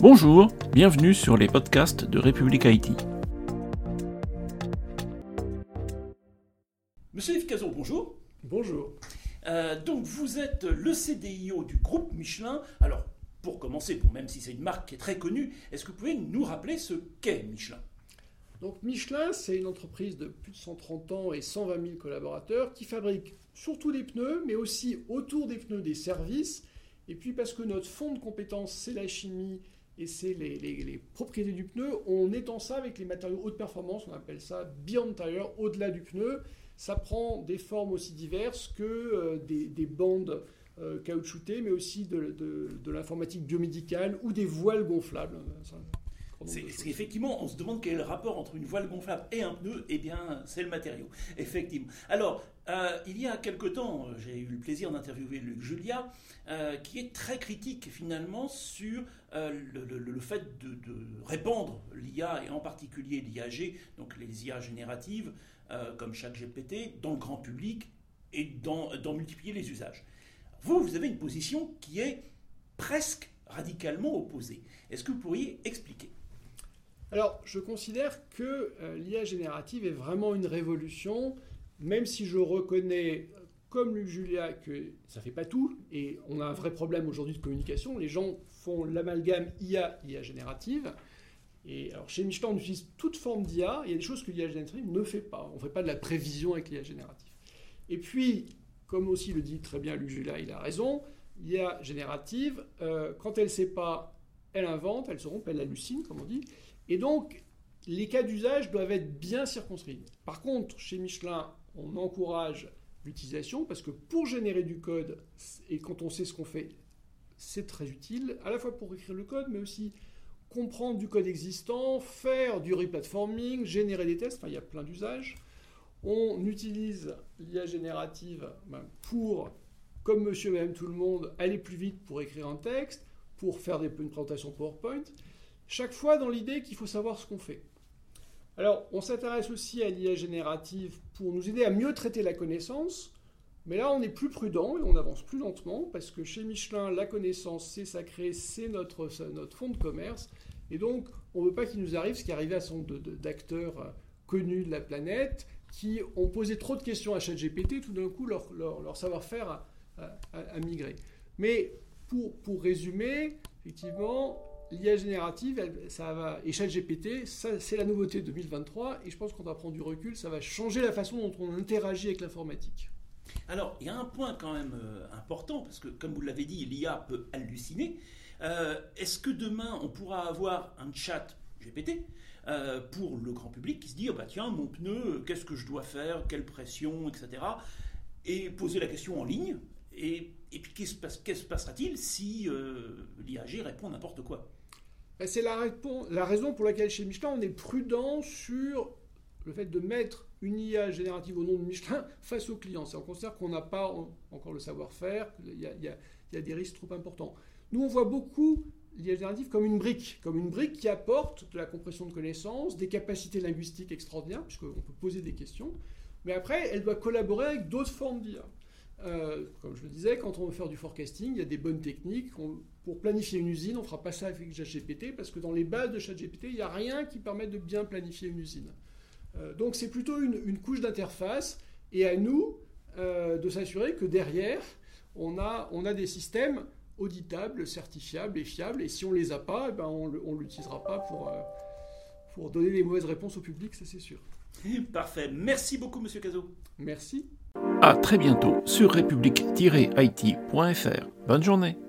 Bonjour, bienvenue sur les podcasts de République IT. Monsieur Yves Cazot, bonjour. Bonjour. Donc vous êtes le CDIO du groupe Michelin. Alors, pour commencer, même si c'est une marque qui est très connue, est-ce que vous pouvez nous rappeler ce qu'est Michelin ? Donc Michelin, c'est une entreprise de plus de 130 ans et 120 000 collaborateurs qui fabrique surtout des pneus, mais aussi autour des pneus des services. Et puis parce que notre fond de compétences, c'est la chimie et c'est les propriétés du pneu, on étend ça avec les matériaux haute performance, on appelle ça Beyond Tire, au-delà du pneu. Ça prend des formes aussi diverses que des bandes caoutchoutées, mais aussi de l'informatique biomédicale ou des voiles gonflables. Effectivement, on se demande quel est le rapport entre une voile gonflable et un pneu. Eh bien, c'est le matériau, effectivement. Alors, il y a quelque temps, j'ai eu le plaisir d'interviewer Luc Julia, qui est très critique finalement sur le fait de répandre l'IA, et en particulier l'IAG, donc les IA génératives, comme ChatGPT, dans le grand public et d'en multiplier les usages. Vous avez une position qui est presque radicalement opposée. Est-ce que vous pourriez expliquer ? Alors, je considère que l'IA générative est vraiment une révolution, même si je reconnais, comme Luc Julia, que ça ne fait pas tout, et on a un vrai problème aujourd'hui de communication. Les gens font l'amalgame IA générative. Et alors, chez Michelin, on utilise toute forme d'IA. Il y a des choses que l'IA générative ne fait pas. On ne fait pas de la prévision avec l'IA générative. Et puis, comme aussi le dit très bien Luc Julia, il a raison, l'IA générative, quand elle ne sait pas, elle invente, elle se rompt, elle hallucine, comme on dit. Et donc, les cas d'usage doivent être bien circonscrits. Par contre, chez Michelin, on encourage l'utilisation parce que pour générer du code, et quand on sait ce qu'on fait, c'est très utile, à la fois pour écrire le code, mais aussi comprendre du code existant, faire du replatforming, générer des tests, enfin il y a plein d'usages. On utilise l'IA générative pour, comme monsieur et madame tout le monde, aller plus vite pour écrire un texte, pour faire une présentation PowerPoint. Chaque fois dans l'idée qu'il faut savoir ce qu'on fait. Alors, on s'intéresse aussi à l'IA générative pour nous aider à mieux traiter la connaissance, mais là, on est plus prudent et on avance plus lentement, parce que chez Michelin, la connaissance, c'est sacré, c'est notre fonds de commerce, et donc, on ne veut pas qu'il nous arrive ce qui est arrivé à son d'acteurs connus de la planète, qui ont posé trop de questions à ChatGPT, tout d'un coup, leur savoir-faire a migré. Mais pour résumer, effectivement, l'IA générative, et ChatGPT, c'est la nouveauté 2023, et je pense qu'on va prendre du recul, ça va changer la façon dont on interagit avec l'informatique. Alors, il y a un point quand même important, parce que comme vous l'avez dit, l'IA peut halluciner. Est-ce que demain, on pourra avoir un chat GPT pour le grand public qui se dit tiens, mon pneu, qu'est-ce que je dois faire, quelle pression, etc. Et poser la question en ligne, et puis qu'est-ce se passera-t-il si l'IAG répond n'importe quoi ? C'est la raison pour laquelle chez Michelin, on est prudent sur le fait de mettre une IA générative au nom de Michelin face aux clients. On considère qu'on n'a pas encore le savoir-faire, qu'il y a des risques trop importants. Nous, on voit beaucoup l'IA générative comme une brique qui apporte de la compression de connaissances, des capacités linguistiques extraordinaires, puisqu'on peut poser des questions, mais après, elle doit collaborer avec d'autres formes d'IA. Comme je le disais, quand on veut faire du forecasting, il y a des bonnes techniques. Pour planifier une usine, on ne fera pas ça avec ChatGPT, parce que dans les bases de ChatGPT, il n'y a rien qui permette de bien planifier une usine. Donc c'est plutôt une couche d'interface, et à nous de s'assurer que derrière, on a des systèmes auditables, certifiables et fiables, et si on ne les a pas, on ne l'utilisera pas pour donner des mauvaises réponses au public, ça c'est sûr. Parfait. Merci beaucoup, monsieur Cazot. Merci. À très bientôt sur république-it.fr. Bonne journée.